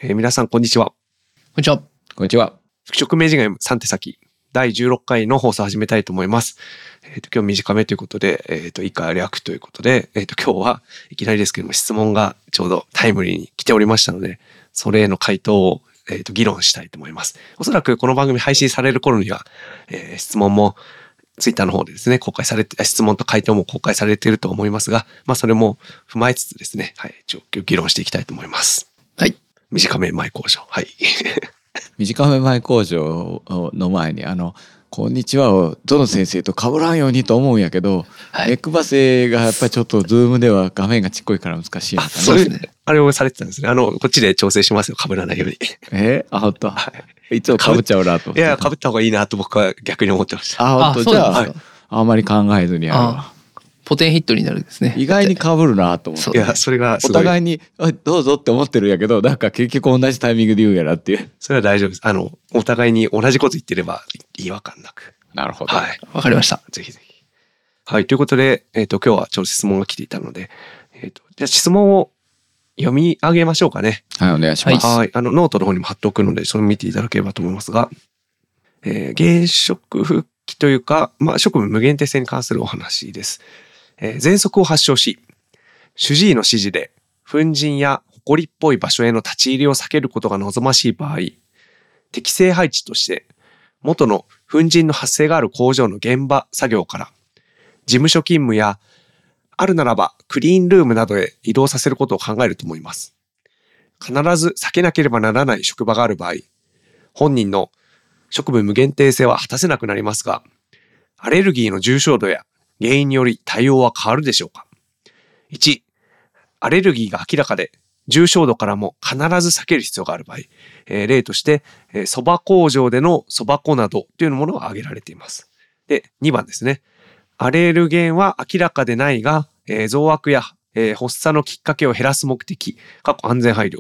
皆さんこんにちは。 こんにちは。 こんにちは。 服飾名人が読む3手先第16回の放送を始めたいと思います。今日短めということで、以下略ということで、今日はいきなりですけども質問がちょうどタイムリーに来ておりましたので、それへの回答を、議論したいと思います。おそらくこの番組配信される頃には、質問もツイッターの方でですね、公開されて、質問と回答も公開されていると思いますが、それも踏まえつつですね、議論していきたいと思います。 はい。 短め前工場。はい。 短め前工場の前にこんにちはをどの先生と被らんようにと思うんやけど、目配せがやっぱりちょっとズームでは画面がちっこいから難しいのかな。 そうですね。あれをされてたんですね。こっちで調整しますよ。被らないように。 本当。いつも被っちゃうなと思って。 いや、被った方がいいなと僕は逆に思ってました。 本当。じゃあ、あんまり考えずにやるわ。 ポテンヒットになるんですね。 意外に被るなと思って。 いや、それがすごい。 お互いにどうぞって思ってるんやけど、なんか結局同じタイミングで言うんやなっていう。 それは大丈夫です。お互いに同じこと言ってれば違和感なく。 なるほど。 はい。わかりました。 ぜひぜひ。はい。ということで、今日はちょうど質問が来ていたので、じゃあ質問を読み上げましょうかね。 はい、お願いします。 はい。ノートの方にも貼っておくので、それを見ていただければと思いますが、現職復帰というか、職務無限定性に関するお話です。喘息を発症し、主治医の指示で、粉塵や埃っぽい場所への立ち入りを避けることが望ましい場合、適正配置として、元の粉塵の発生がある工場の現場作業から、事務所勤務や、あるならばクリーンルームなどへ移動させることを考えると思います。必ず避けなければならない職場がある場合、本人の職務無限定性は果たせなくなりますが、アレルギーの重症度や原因により対応は変わるでしょうか。1、アレルギーが明らかで重症度からも必ず避ける必要がある場合、例として蕎麦工場での蕎麦粉などというものが挙げられています。で、2番ですね。アレルゲンは明らかでないが、増悪や、発作のきっかけを減らす目的、安全配慮。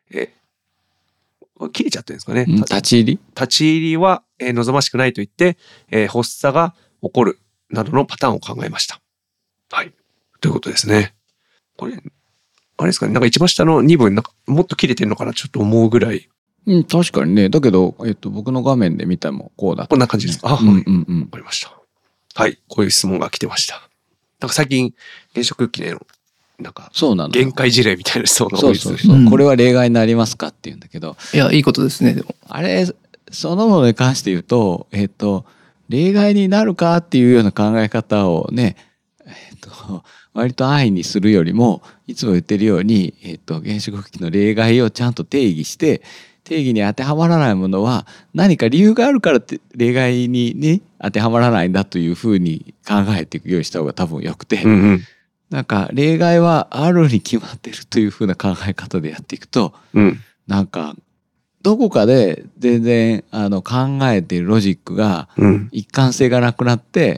切れちゃってるんですかね。 立ち入りは、望ましくないと言って、発作が起こるなどのパターンを考えました。はい。ということですね。これ、あれですかね。なんか一番下の2文、なんかもっと切れてるのかなちょっと思うぐらい。 確かにね。だけど、僕の画面で見たもこうだった、ね。 こんな感じですか。はい。わかりました。はい。こういう質問が来てました。なんか最近、現職復帰の、なんか、限界事例みたいな質問が多いですね。 そう。これは例外になりますかって言うんだけど。 いや、いいことですね、でも。 あれ、そのものに関して言うと、例外になるかっていうような考え方をね、割と安易にするよりも、いつも言ってるように、現職復帰の例外をちゃんと定義して、定義に当てはまらないものは何か理由があるからって例外にね、当てはまらないんだというふうに考えていくようにした方が多分よくて、なんか例外はあるに決まってるというふうな考え方でやっていくと、なんかどこかで全然考えているロジックが一貫性がなくなって、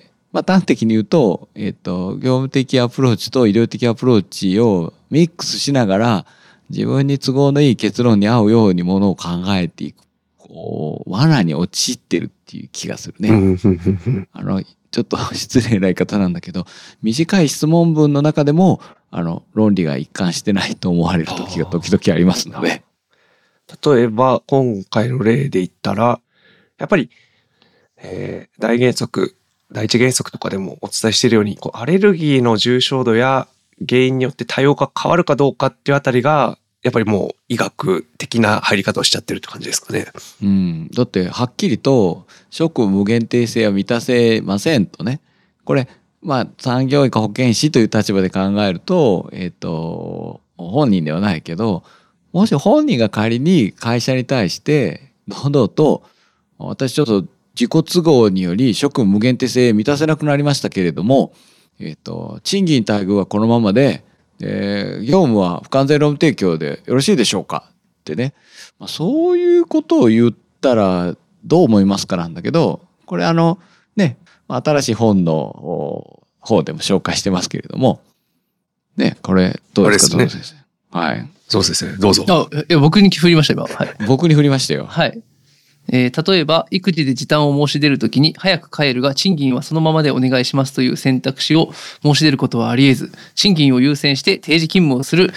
端的に言うと、業務的アプローチと医療的アプローチをミックスしながら自分に都合のいい結論に合うようにものを考えていく、罠に陥ってるっていう気がするね。ちょっと失礼な言い方なんだけど、短い質問文の中でも論理が一貫してないと思われる時が時々ありますので。 例えば今回の例で言ったら、やっぱり、第一原則とかでもお伝えしているように、アレルギーの重症度や原因によって対応が変わるかどうかっていうあたりが、やっぱりもう医学的な入り方をしちゃってるって感じですかね。 だってはっきりと職務無限定性は満たせませんとね。これ産業医か保健師という立場で考えると、本人ではないけど、もし本人が仮に会社に対して堂々と私ちょっと自己都合により職務無限定性満たせなくなりましたけれども、賃金待遇はこのままで、業務は不完全労務提供でよろしいでしょうかってね、そういうことを言ったらどう思いますかなんだけど、これね、新しい本の方でも紹介してますけれどもね、これどうですか、先生。はい。 そうですね。どうぞ。 いや、僕に振りました今。はい。 僕に振りましたよ。 はい。例えば育児で時短を申し出るときに早く帰るが賃金はそのままでお願いしますという選択肢を申し出ることはあり得ず、賃金を優先して定時勤務をする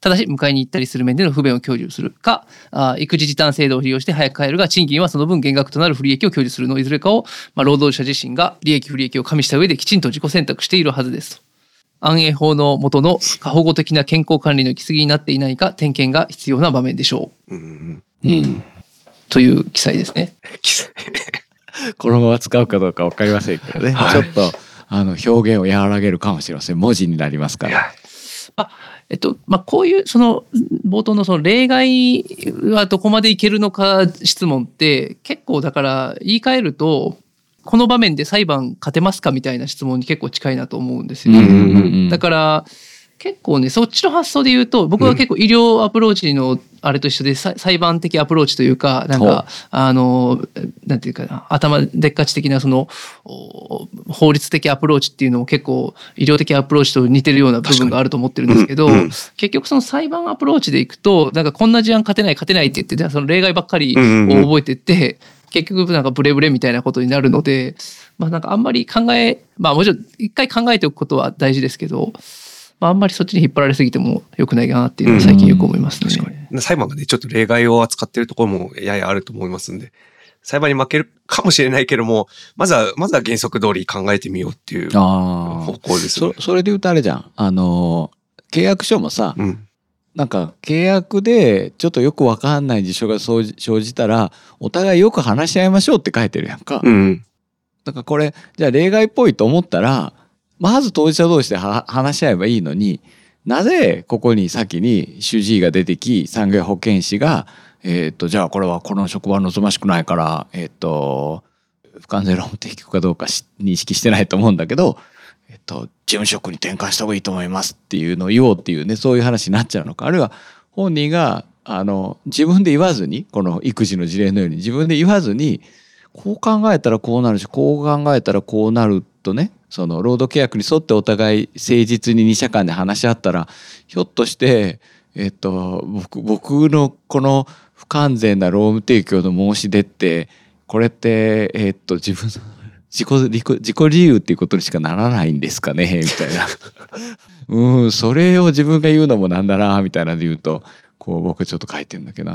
ただし迎えに行ったりする面での不便を享受するか、育児時短制度を利用して早く帰るが賃金はその分減額となる不利益を享受するのいずれかを、労働者自身が利益不利益を加味した上できちんと自己選択しているはずですと。安永法の下の過保護的な健康管理の行き過ぎになっていないか点検が必要な場面でしょう。という記載ですね。 このまま使うかどうか分かりませんけどね、 はい、 ちょっと表現を和らげるかもしれません。文字になりますから。 こういうその冒頭のその例外はどこまでいけるのか質問って結構だから言い換えるとこの場面で裁判勝てますかみたいな質問に結構近いなと思うんですよね。だから結構ねそっちの発想で言うと僕は結構医療アプローチのあれと一緒で裁判的アプローチというかなんかなんていうかな頭でっかち的なその法律的アプローチっていうのも結構医療的アプローチと似てるような部分があると思ってるんですけど、結局その裁判アプローチでいくとなんかこんな事案勝てないって言ってじゃあその例外ばっかりを覚えてって結局なんかブレブレみたいなことになるのでなんかあんまりもちろん一回考えておくことは大事ですけど。あんまりそっちに引っ張られすぎても良くないかなっていうのは最近よく思いますね。 確かに。裁判がね、ちょっと例外を扱っているところもややあると思いますんで、裁判に負けるかもしれないけども、まずは原則通り考えてみようっていう方向ですね。 それで言うとあれじゃん。契約書もさ、なんか契約でちょっとよくわかんない事象が生じたら、お互いよく話し合いましょうって書いてるやんか。だからこれ、じゃあ例外っぽいと思ったら、まず当事者同士で話し合えばいいのに、なぜここに先に主治医が出てき、産業保健師が、じゃあこれはこの職場は望ましくないから、不完全労務提供かどうか認識してないと思うんだけど、事務職に転換した方がいいと思いますっていうのを言おうっていうね、そういう話になっちゃうのか、あるいは本人が自分で言わずに、この育児の事例のように自分で言わずに、こう考えたらこうなるし、こう考えたらこうなるとね、その労働契約に沿ってお互い誠実に二者間で話し合ったら、ひょっとして僕のこの不完全な労務提供の申し出ってこれって自分の自己自由っていうことにしかならないんですかねみたいなそれを自分が言うのもなんだなみたいなで言うと、こう僕ちょっと書いてるんだけど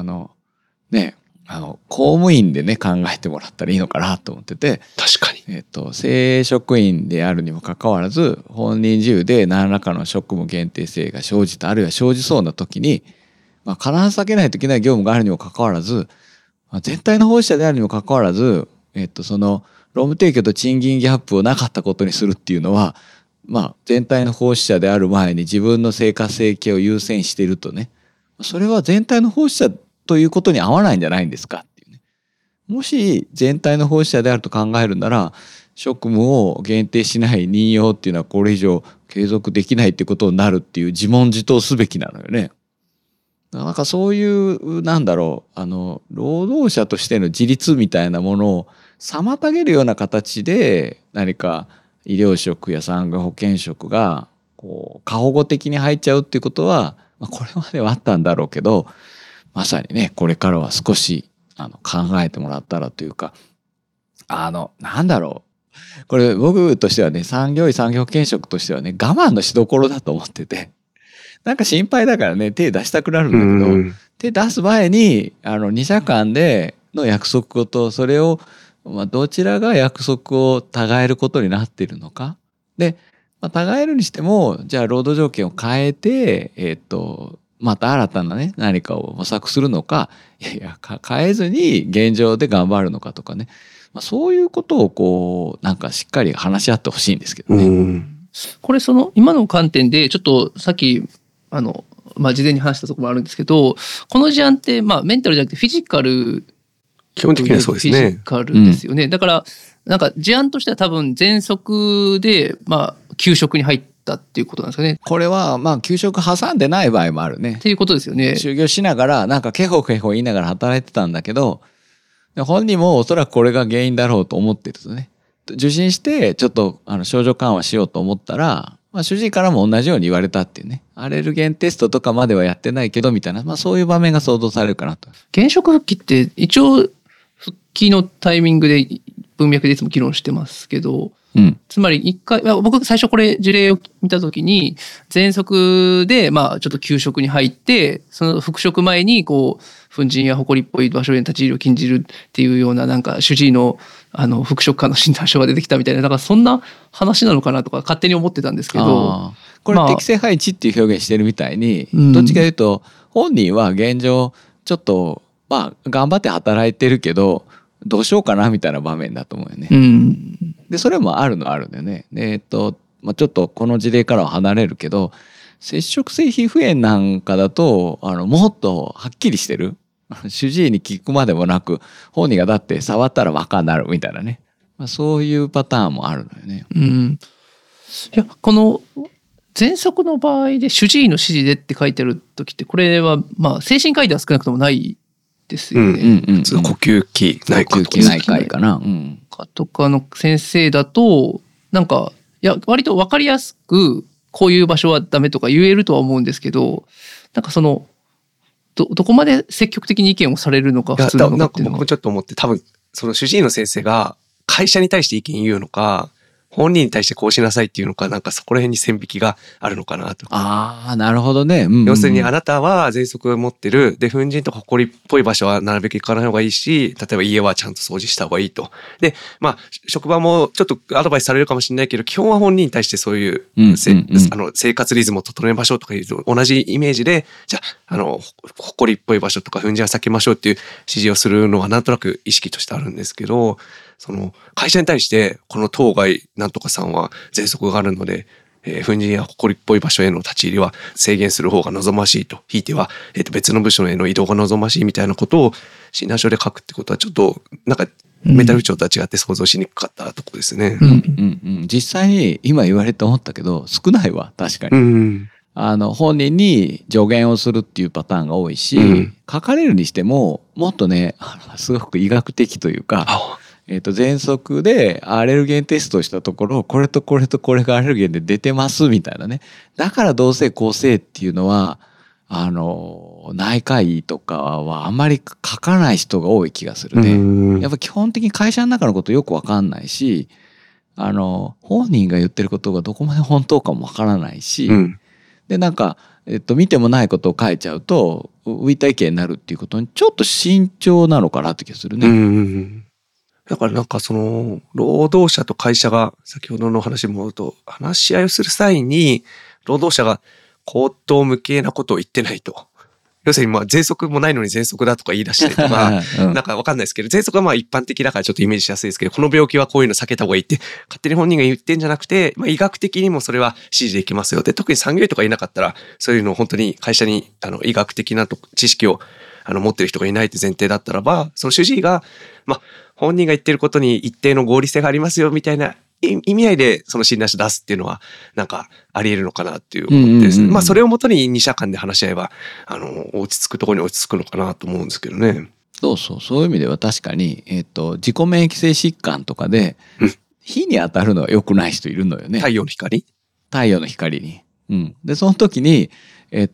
公務員でね考えてもらったらいいのかなと思ってて、 確かに正職員であるにもかかわらず本人自由で何らかの職務限定性が生じた、あるいは生じそうな時に、必ず避けないといけない業務があるにもかかわらず、全体の奉仕者であるにもかかわらず、その労務提供と賃金ギャップをなかったことにするっていうのは、全体の奉仕者である前に自分の生活生計を優先しているとね、それは全体の奉仕者ということに合わないんじゃないんですかっていうね。もし全体の奉仕者であると考えるなら、職務を限定しない任用っていうのはこれ以上継続できないってことになるっていう自問自答すべきなのよね。なんかそういう労働者としての自立みたいなものを妨げるような形で何か医療職や産業保健職が過保護的に入っちゃうっていうことは、これまではあったんだろうけど、まさにね、これからは少し考えてもらったらというか、これ僕としてはね、産業医産業保健職としてはね、我慢のしどころだと思ってて、なんか心配だからね、手出したくなるんだけど、手出す前に二者間での約束と、それをどちらが約束を違えることになっているのかで、違えるにしても、じゃあ労働条件を変えてまた新たなね何かを模索するのか、変えずに現状で頑張るのかとかね、そういうことをなんかしっかり話し合ってほしいんですけどね。 これその今の観点でちょっとさっき事前に話したところもあるんですけど、この事案ってメンタルじゃなくてフィジカル、 基本的にはそうですね。 フィジカルですよね。だからなんか事案としては多分喘息で休職に入ったっていうことなんですかね。 これは休職挟んでない場合もあるね。 っていうことですよね。 就業しながらなんかケホケホ言いながら働いてたんだけど、本人もおそらくこれが原因だろうと思ってるとね、受診してちょっと症状緩和しようと思ったら、主治医からも同じように言われたっていうね、アレルゲンテストとかまではやってないけどみたいな、そういう場面が想像されるかなと。 現職復帰って一応復帰のタイミングで文脈でいつも議論してますけど、 うんつまり一回、僕最初これ事例を見たときに、喘息で、ちょっと休職に入って、その復職前に、こう、粉塵や埃っぽい場所への立ち入りを禁じるっていうような、なんか主治医の、復職家の診断書が出てきたみたいな、だからそんな話なのかなとか勝手に思ってたんですけど。 これ適正配置っていう表現してるみたいに、 うんどっちかというと、本人は現状、ちょっと、頑張って働いてるけど、どうしようかなみたいな場面だと思うよね。 うん。 でそれもあるんだよね。でちょっとこの事例からは離れるけど、接触性皮膚炎なんかだともっとはっきりしてる。主治医に聞くまでもなく本人がだって触ったら分かんなるみたいなね、そういうパターンもあるのよね。 うん。いや、この喘息の場合で主治医の指示でって書いてある時って、これは精神科医では少なくともないですよね。 呼吸器内科とか内科医かな。 とかの先生だとなんか割と分かりやすくこういう場所はダメとか言えるとは思うんですけど、なんかそのどこまで積極的に意見をされるのか普通なのかっていうのは。 なんか僕もちょっと思って、多分その主治医の先生が会社に対して意見言うのか、本人に対してこうしなさいっていうのか、なんかそこら辺に線引きがあるのかなと。 なるほどね。 要するにあなたは喘息を持ってる。で、粉塵とか埃っぽい場所はなるべく行かない方がいいし、例えば家はちゃんと掃除した方がいいと。で、職場もちょっとアドバイスされるかもしれないけど、基本は本人に対してそういう、生活リズムを整えましょうとかいうと同じイメージで、じゃあ、埃っぽい場所とか粉塵は避けましょうっていう指示をするのはなんとなく意識としてあるんですけど、その会社に対してこの当該なんとかさんは喘息があるので、粉塵や埃っぽい場所への立ち入りは制限する方が望ましいと、ひいては、別の部署への移動が望ましいみたいなことを診断書で書くってことはちょっとなんかメンタル不調とは違って想像しにくかったとこですね。 実際に今言われて思ったけど少ないわ、確かに。本人に助言をするっていうパターンが多いし、書かれるにしてももっとね、すごく医学的というか、喘息でアレルゲンテストしたところ、これとこれとこれがアレルゲンで出てますみたいなね。だからどうせこうせいっていうのは内科医とかはあんまり書かない人が多い気がするね。やっぱ基本的に会社の中のことよくわかんないし、本人が言ってることがどこまで本当かもわからないし、でなんか見てもないことを書いちゃうと浮いた意見になるっていうことにちょっと慎重なのかなって気がするね。 だからなんかその労働者と会社が先ほどの話に戻ると、話し合いをする際に労働者が口頭無形なことを言ってないと。要するに喘息もないのに喘息だとか言い出したりとか、なんかわかんないですけど、喘息は一般的だからちょっとイメージしやすいですけど、この病気はこういうの避けた方がいいって勝手に本人が言ってんじゃなくて、医学的にもそれは指示できますよ。で、特に産業医とかいなかったら、そういうのを本当に会社に医学的な知識を持ってる人がいないって前提だったらば、その主治医が本人が言ってることに一定の合理性がありますよみたいな意味合いでその診断書出すっていうのはなんかあり得るのかなっていう思ってですね。それをもとに二者間で話し合えば落ち着くところに落ち着くのかなと思うんですけどね。 そういう意味では確かに自己免疫性疾患とかで火に当たるのは良くない人いるのよね。 太陽の光に。でその時に営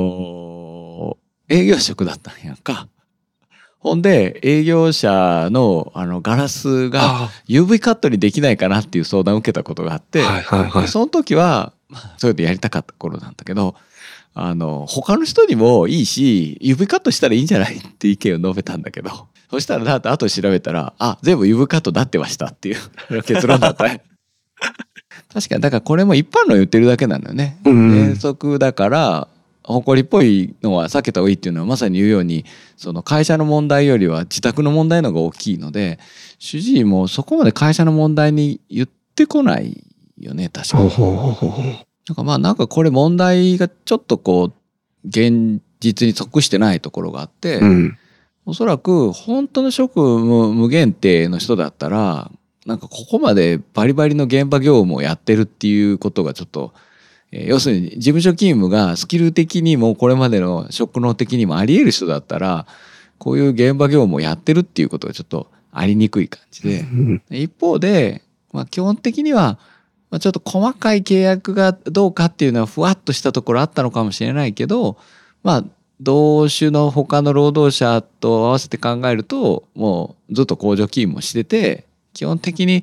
業職だったんやんか。ほんで営業者のガラスが UV カットにできないかなっていう相談を受けたことがあって、その時はそういうのやりたかった頃なんだけど、他の人にもいいし UV カットしたらいいんじゃないって意見を述べたんだけど、そしたら後で調べたら全部 UV カットだってましたっていう結論だった。確かにだからこれも一般論言ってるだけなのよね。喘息だから埃っぽいのは避けた方がいいっていうのはまさに言うように、その会社の問題よりは自宅の問題の方が大きいので、主治医もそこまで会社の問題に言ってこないよね、確かに。なんかこれ問題がちょっと現実に即してないところがあって、おそらく本当の職務無限定の人だったらなんかここまでバリバリの現場業務をやってるっていうことがちょっと、要するに事務所勤務がスキル的にもこれまでの職能的にもあり得る人だったらこういう現場業務をやってるっていうことがちょっとありにくい感じで、一方で、基本的にはちょっと細かい契約がどうかっていうのはふわっとしたところあったのかもしれないけど、同種の他の労働者と合わせて考えるともうずっと工場勤務をしてて基本的に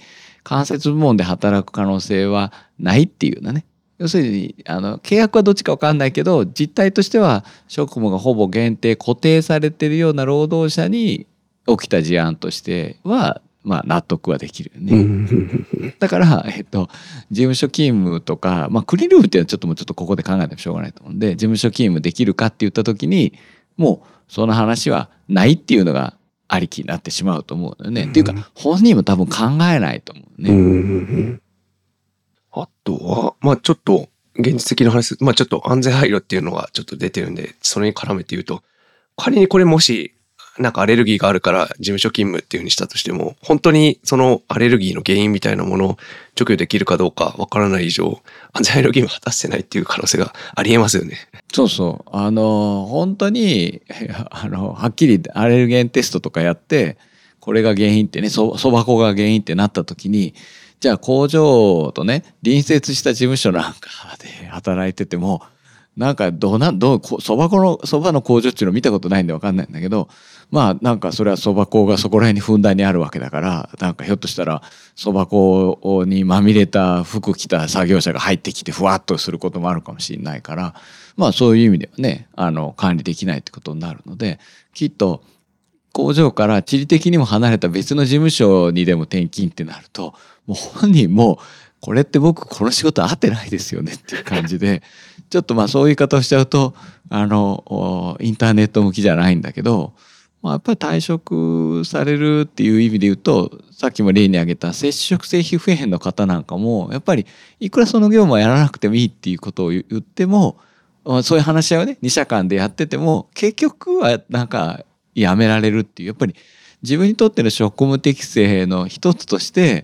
間接部門で働く可能性はないっていうようなね。要するに契約はどっちか分かんないけど実態としては職務がほぼ限定固定されているような労働者に起きた事案としてはまあ納得はできるよね。だから、事務所勤務とか、まあ、クリーンルームっていうのはもうちょっとここで考えてもしょうがないと思うんで、事務所勤務できるかって言った時に、もうその話はないっていうのがありきになってしまうと思うのよね。っていうか、本人も多分考えないと思うね。 あとは、まあちょっと現実的な話、まあちょっと安全配慮っていうのがちょっと出てるんで、それに絡めて言うと、仮にこれもし、なんかアレルギーがあるから事務所勤務っていう風にしたとしても、本当にそのアレルギーの原因みたいなものを除去できるかどうかわからない以上、安全配慮義務を果たしてないっていう可能性がありえますよね。 そうそう。本当に、はっきりアレルゲンテストとかやって、これが原因ってね、そば粉が原因ってなった時に、じゃあ工場とね、隣接した事務所なんかで働いてても、なんかそばの工場っていうの見たことないんで分かんないんだけど、まあなんかそれはそば粉がそこら辺にふんだんにあるわけだから、なんかひょっとしたらそば粉にまみれた服着た作業者が入ってきてふわっとすることもあるかもしれないから、まあそういう意味ではね、管理できないってことになるので、きっと工場から地理的にも離れた別の事務所にでも転勤ってなると、もう本人もこれって僕この仕事合ってないですよねっていう感じでちょっとまあそういう言い方をしちゃうとインターネット向きじゃないんだけど、まあ、やっぱり退職されるっていう意味で言うと、さっきも例に挙げた摂食性皮膚炎の方なんかもやっぱりいくらその業務はやらなくてもいいっていうことを言っても、そういう話し合いをね2社間でやってても結局はなんかやめられるっていう、やっぱり自分にとっての職務適性の一つとして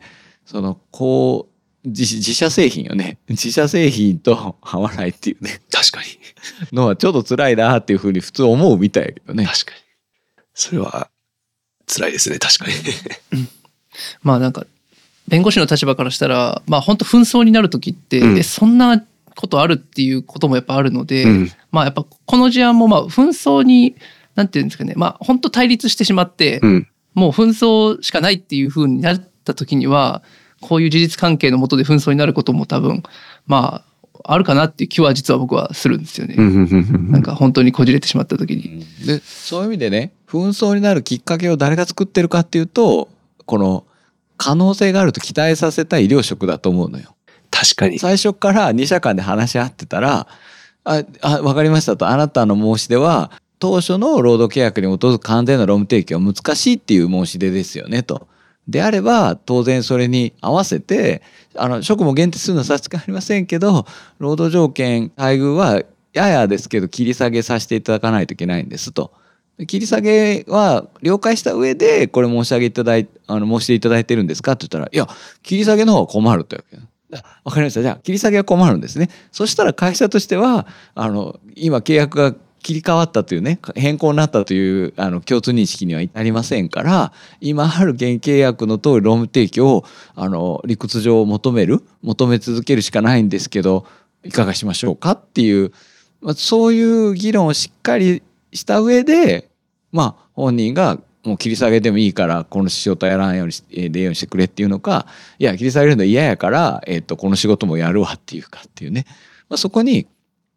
自社製品よね。自社製品と合わないっていうね。 確かに。 のはちょっと辛いなっていうふうに普通思うみたいやけどね。 確かに。それは辛いですね。確かに。 まあなんか弁護士の立場からしたら、まあ本当紛争になる時って、そんなことあるっていうこともやっぱあるので、まあやっぱこの事案もまあ紛争になんていうんですかね、まあ本当対立してしまって、もう紛争しかないっていうふうになった時には。こういう事実関係の下で紛争になることも多分まああるかなっていう気は実は僕はするんですよね。なんか本当にこじれてしまった時に。 でそういう意味でね、紛争になるきっかけを誰が作ってるかっていうと、この可能性があると期待させた医療職だと思うのよ。 確かに。 最初から2社間で話し合ってたら、分かりましたと、あなたの申し出は当初の労働契約に基づく完全な労務提供は難しいっていう申し出ですよねと。であれば当然それに合わせて職務限定するのは差し支えありませんけど、労働条件待遇はややですけど切り下げさせていただかないといけないんですと。切り下げは了解した上でこれ申し出いただいてるんですかって言ったら、いや切り下げの方が困るってわけ。わかりました。じゃあ切り下げは困るんですね。そしたら会社としては今契約が切り替わったというね、変更になったという共通認識には至りませんから、今ある現契約の通り労務提供を理屈上求め続けるしかないんですけど、いかがしましょうかっていう、そういう議論をしっかりした上で、まあ本人がもう切り下げでもいいからこの仕事やらんようにしてくれっていうのか、いや切り下げるの嫌やから、この仕事もやるわっていうかっていうね、そこに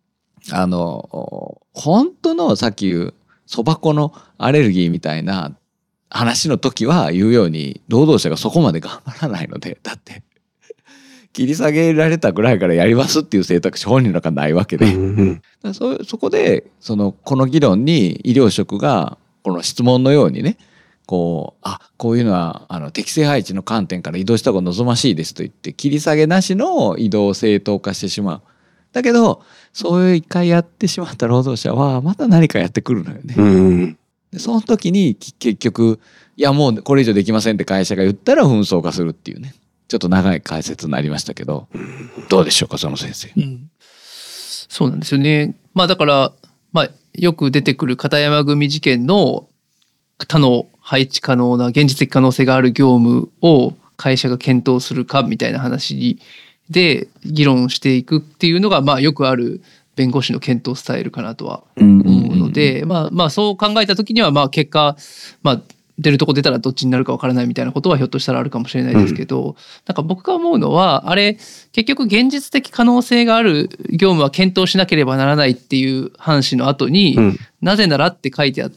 本当のさっき言うそば粉のアレルギーみたいな話の時は言うように労働者がそこまで頑張らないので、だって切り下げられたぐらいからやりますっていう選択肢本人の中にないわけで、そこでこの議論に医療職がこの質問のようにね、こういうのは適正配置の観点から移動した方が望ましいですと言って切り下げなしの移動を正当化してしまう。だけどそういう一回やってしまった労働者はまた何かやってくるのよね。でその時に結局いやもうこれ以上できませんって会社が言ったら紛争化するっていうね、ちょっと長い解説になりましたけど、どうでしょうかその先生。 そうなんですよね。まあだから、よく出てくる片山組事件の他の配置可能な現実的可能性がある業務を会社が検討するかみたいな話で議論していくっていうのがよくある弁護士の検討スタイルかなとは思うので、そう考えた時には結果出るとこ出たらどっちになるかわからないみたいなことはひょっとしたらあるかもしれないですけど、なんか僕が思うのはあれ結局現実的可能性がある業務は検討しなければならないっていう話の後に、なぜならって書いてあって、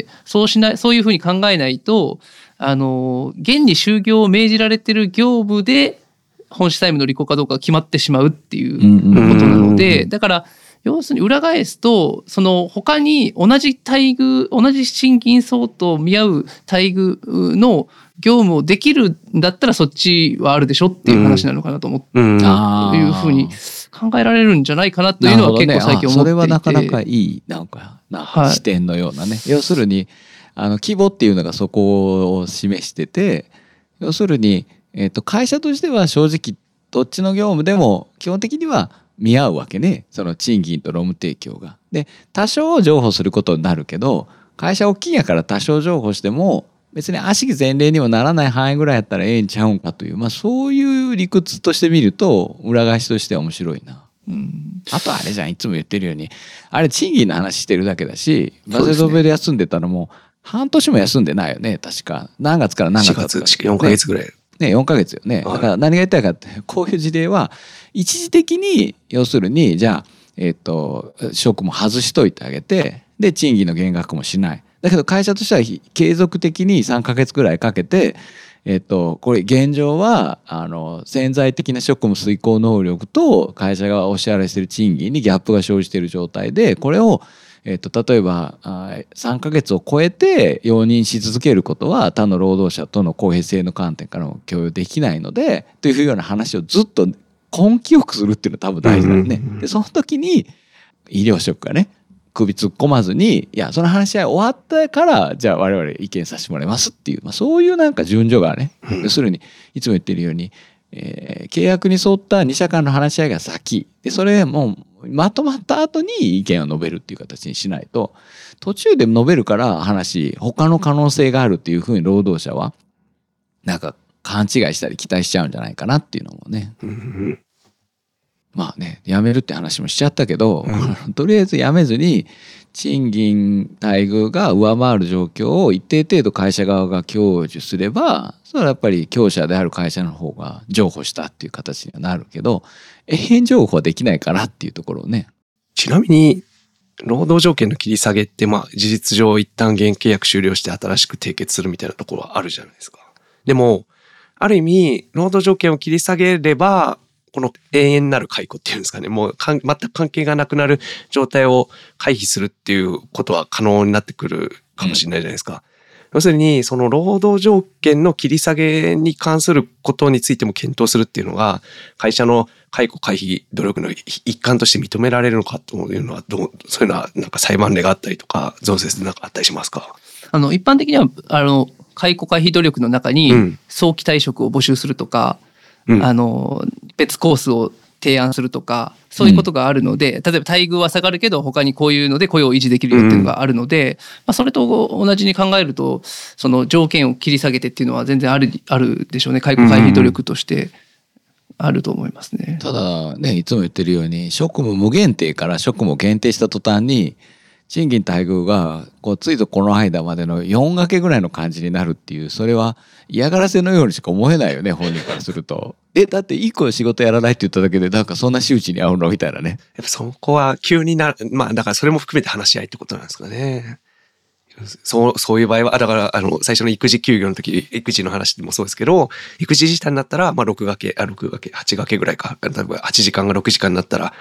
そういうふうに考えないと現に就業を命じられてる業務で本質タイムの履行かどうかが決まってしまうっていうことなので、だから要するに裏返すとその他に同じ賃金相当見合う待遇の業務をできるんだったらそっちはあるでしょっていう話なのかなと思って、いうふうに考えられるんじゃないかなというのは結構最近思っていて、 それはなかなかいいなんか視点のようなね、要するに規模っていうのがそこを示してて、要するに、会社としては正直どっちの業務でも基本的には見合うわけね、その賃金と労務提供が。で多少譲歩することになるけど、会社大きいんやから多少譲歩しても別に悪しき前例にもならない範囲ぐらいやったらええんちゃうんかという、そういう理屈として見ると裏返しとしては面白いな。あとあれじゃん、いつも言ってるようにあれ賃金の話してるだけだし、バゼドベで休んでたのも半年も休んでないよね確か。何月から何月だったか、 4月4ヶ月ぐらいね、4ヶ月よね。だから何が言いたいかって、こういう事例は一時的に要するにじゃあ職も外しといてあげて、で賃金の減額もしない。だけど会社としては継続的に3ヶ月ぐらいかけてこれ現状は潜在的な職務遂行能力と会社がお支払いしている賃金にギャップが生じている状態で、これを例えば3ヶ月を超えて容認し続けることは他の労働者との公平性の観点からも共有できないのでというような話をずっと根気よくするっていうのは多分大事だよね。でその時に医療職がね首突っ込まずに、いやその話し合い終わったからじゃあ我々意見させてもらいますっていう、そういうなんか順序がね、要するにいつも言ってるように、契約に沿った2社間の話し合いが先で、それもうまとまった後に意見を述べるっていう形にしないと、途中で述べるから他の可能性があるっていうふうに労働者はなんか勘違いしたり期待しちゃうんじゃないかなっていうのもね。まあね、辞めるって話もしちゃったけど、とりあえず辞めずに賃金待遇が上回る状況を一定程度会社側が享受すれば、それはやっぱり強者である会社の方が譲歩したっていう形にはなるけど、永遠譲歩はできないからっていうところをね。 ちなみに労働条件の切り下げって事実上一旦現契約終了して新しく締結するみたいなところはあるじゃないですか。でもある意味労働条件を切り下げればこの永遠なる解雇っていうんですかね、もう全く関係がなくなる状態を回避するっていうことは可能になってくるかもしれないじゃないですか。要するにその労働条件の切り下げに関することについても検討するっていうのが会社の解雇回避努力の一環として認められるのかというのはそういうのはなんか裁判例があったりとか増税でなんかあったりしますか？ 一般的には解雇回避努力の中に早期退職を募集するとか、別コースを提案するとかそういうことがあるので、例えば待遇は下がるけど他にこういうので雇用を維持できるよっていうのがあるので、それと同じに考えるとその条件を切り下げてっていうのは全然あるでしょうね。解雇回避努力としてあると思いますね。 ただね、いつも言ってるように職務無限定から職務を限定した途端に賃金待遇がついとこの間までの4掛けぐらいの感じになるっていう、それは嫌がらせのようにしか思えないよね、本人からすると。だって1個仕事やらないって言っただけでなんかそんな仕打ちに合うのみたいなね。 やっぱそこは急にだからそれも含めて話し合いってことなんですかね。そういう場合はだから最初の育児休業の時育児の話でもそうですけど、育児時短になったら6掛け8掛けぐらいか、例えば8時間が6時間になったら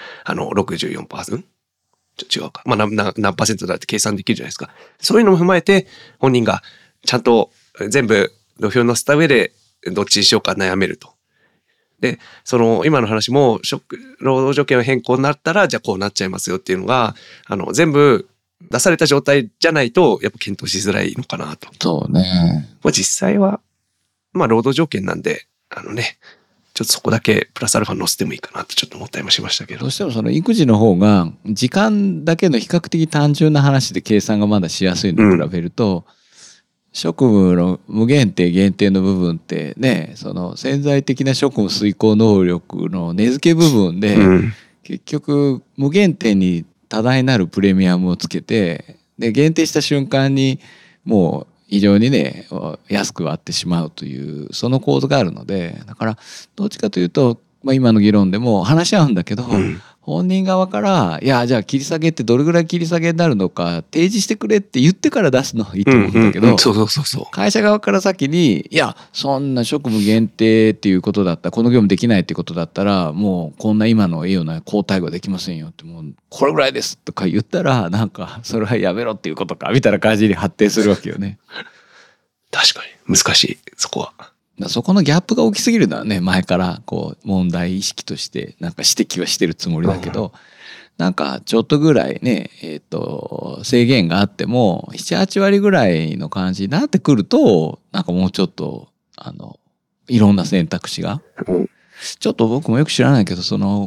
64%違うか、何パーセントだって計算できるじゃないですか。そういうのも踏まえて本人がちゃんと全部土俵に乗せた上でどっちにしようか悩めると。で今の話も労働条件の変更になったらじゃあこうなっちゃいますよっていうのが全部出された状態じゃないとやっぱ検討しづらいのかなと。 そうね。 実際は労働条件なんでちょっとそこだけプラスアルファ乗せてもいいかなとちょっと思ったりもしましたけど。 どうしてもその育児の方が時間だけの比較的単純な話で計算がまだしやすいのに比べると、職務の無限定限定の部分ってね、その潜在的な職務遂行能力の根付け部分で、結局無限定に多大なるプレミアムをつけて、で限定した瞬間にもう非常にね安く割ってしまうというその構図があるので、だからどっちかというと、今の議論でも話し合うんだけど、本人側から「いやじゃあ切り下げってどれぐらい切り下げになるのか提示してくれ」って言ってから出すのはいいと思うんだけど、会社側から先に「いやそんな職務限定っていうことだったらこの業務できないっていうことだったらもうこんな今のような好待遇できませんよ」って「もうこれぐらいです」とか言ったらなんかそれはやめろっていうことかみたいな感じに発展するわけよね。 確かに難しいそこは。 そこのギャップが大きすぎるのはね、前からこう問題意識としてなんか指摘はしてるつもりだけど、なんかちょっとぐらいね、制限があっても7、8割ぐらいの感じになってくると、なんかもうちょっといろんな選択肢が、ちょっと僕もよく知らないけど、その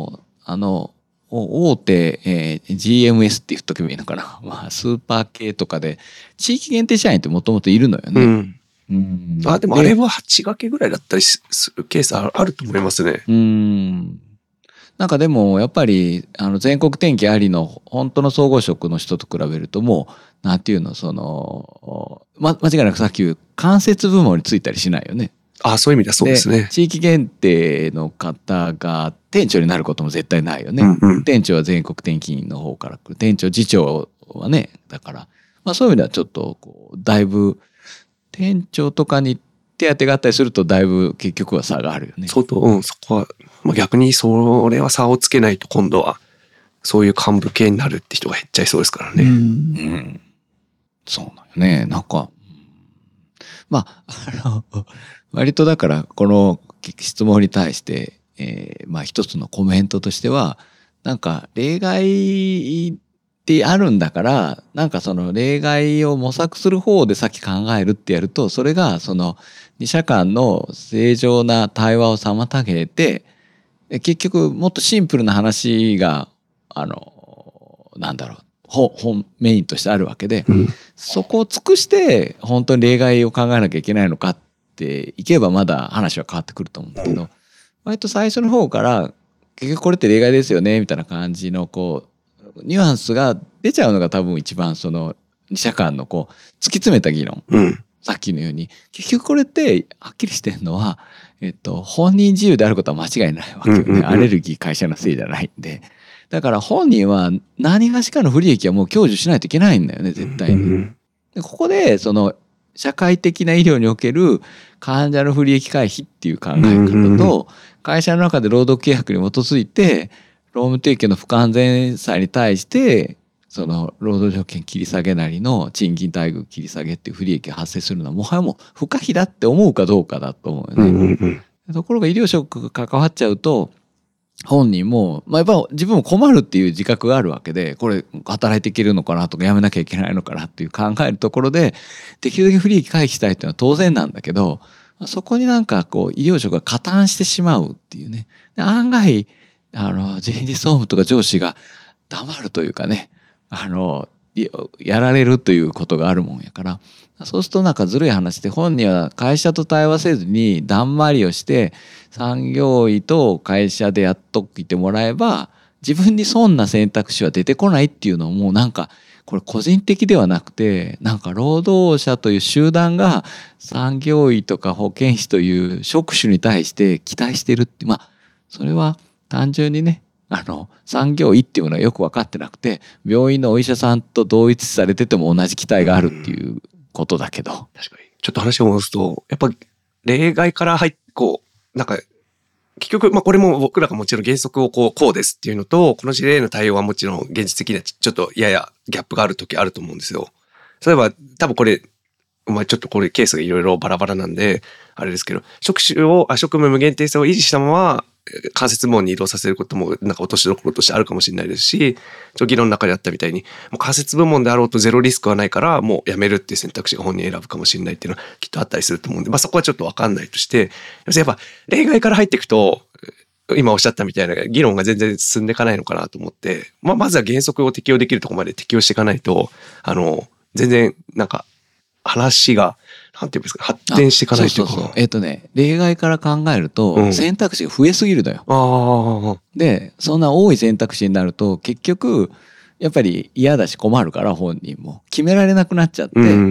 大手、GMS って言っとけばいいのかな、スーパー系とかで地域限定社員ってもともといるのよね。 でもあれは8掛けぐらいだったりするケースあると思いますね。 なんかでもやっぱり全国転勤ありの本当の総合職の人と比べるともうなんていうの間違いなくさっき言う間接部門についたりしないよね。 そういう意味ではそうですね。 地域限定の方が店長になることも絶対ないよね。店長は全国転勤の方から来る。店長次長はね、だからそういう意味ではちょっとだいぶ店長とかに手当があったりするとだいぶ結局は差があるよね。 そこは、逆にそれは差をつけないと今度はそういう幹部系になるって人が減っちゃいそうですからね。 そうなんよね。なんか割とだからこの質問に対して、一つのコメントとしてはなんか例外ってあるんだからなんかその例外を模索する方で先考えるってやるとそれがその二者間の正常な対話を妨げて結局もっとシンプルな話がなんだろう本メインとしてあるわけで、そこを尽くして本当に例外を考えなきゃいけないのかっていけばまだ話は変わってくると思うんだけど、割と最初の方から結局これって例外ですよねみたいな感じのニュアンスが出ちゃうのが多分一番その二者間の突き詰めた議論、さっきのように結局これってはっきりしてるのは、本人自由であることは間違いないわけよね。アレルギー会社のせいじゃないんで。だから本人は何がしかの不利益はもう享受しないといけないんだよね絶対に。でここでその社会的な医療における患者の不利益回避っていう考え方と会社の中で労働契約に基づいて労務提供の不完全さに対してその労働条件切り下げなりの賃金待遇切り下げっていう不利益が発生するのはもはやもう不可避だって思うかどうかだと思うよね。ところが医療職が関わっちゃうと本人も、やっぱ自分も困るっていう自覚があるわけでこれ働いていけるのかなとかやめなきゃいけないのかなっていう考えるところでできるだけ不利益回避したいっていうのは当然なんだけどそこになんか医療職が加担してしまうっていうね。案外人事総務とか上司が黙るというかねやられるということがあるもんやからそうするとなんかずるい話で本人は会社と対話せずにだんまりをして産業医と会社でやっといてもらえば自分に損な選択肢は出てこないっていうのをもうなんかこれ個人的ではなくてなんか労働者という集団が産業医とか保健師という職種に対して期待してるってそれは単純にね産業医っていうのはよく分かってなくて病院のお医者さんと同一視されてても同じ期待があるっていうことだけど、 確かにちょっと話を戻すとやっぱ例外からなんか結局これも僕らがもちろん原則をこうですっていうのとこの事例の対応はもちろん現実的にはちょっとややギャップがある時あると思うんですよ。例えば多分これちょっとこれケースがいろいろバラバラなんであれですけど職務無限定性を維持したまま間接部門に移動させることもなんか落としどころとしてあるかもしれないですし議論の中であったみたいにもう間接部門であろうとゼロリスクはないからもうやめるっていう選択肢が本人選ぶかもしれないっていうのはきっとあったりすると思うんでそこはちょっと分かんないとしてやっぱ例外から入っていくと今おっしゃったみたいな議論が全然進んでいかないのかなと思ってまずは原則を適用できるところまで適用していかないと全然なんか話がなんていうんですか発展していかないというか。 例外から考えると選択肢が増えすぎるのよ。でそんな多い選択肢になると結局やっぱり嫌だし困るから本人も決められなくなっちゃって、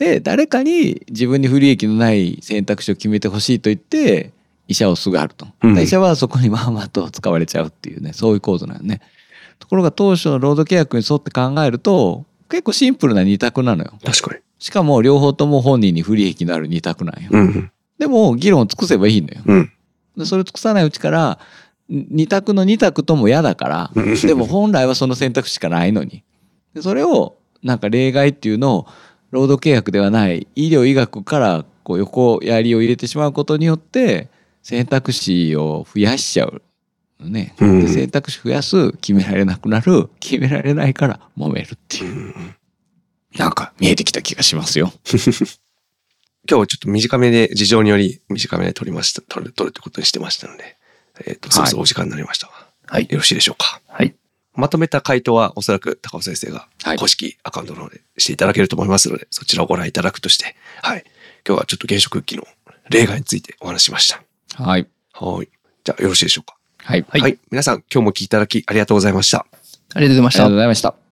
で誰かに自分に不利益のない選択肢を決めてほしいと言って医者をすがると、 うん医者はそこにまんまと使われちゃうっていうね、そういう構造なのね。ところが当初の労働契約に沿って考えると結構シンプルな二択なのよ。 確かに。 しかも両方とも本人に不利益のある二択なんよ。 うんでも議論を尽くせばいいのよ。 うんでそれを尽くさないうちから二択の二択とも嫌だからうんでも本来はその選択肢しかないのにでそれをなんか例外っていうのを労働契約ではない医療医学からこう横やりを入れてしまうことによって選択肢を増やしちゃうのね。 うんで選択肢増やす、決められなくなる、決められないから揉めるっていう、なんか見えてきた気がしますよ。 今日はちょっと短めで、事情により短めで撮りました、撮るってことにしてましたので、そろそろお時間になりましたが、 はい。 よろしいでしょうか。 はい。 まとめた回答はおそらく高尾先生がはい公式アカウントの方でしていただけると思いますので、そちらをご覧いただくとして、はい。今日はちょっと原色機の例外についてお話ししました。 はい。 はい。じゃあよろしいでしょうか。 はい。 はいはい。皆さん今日も聞いていただきありがとうございました。 ありがとうございましたありがとうご。ざいました。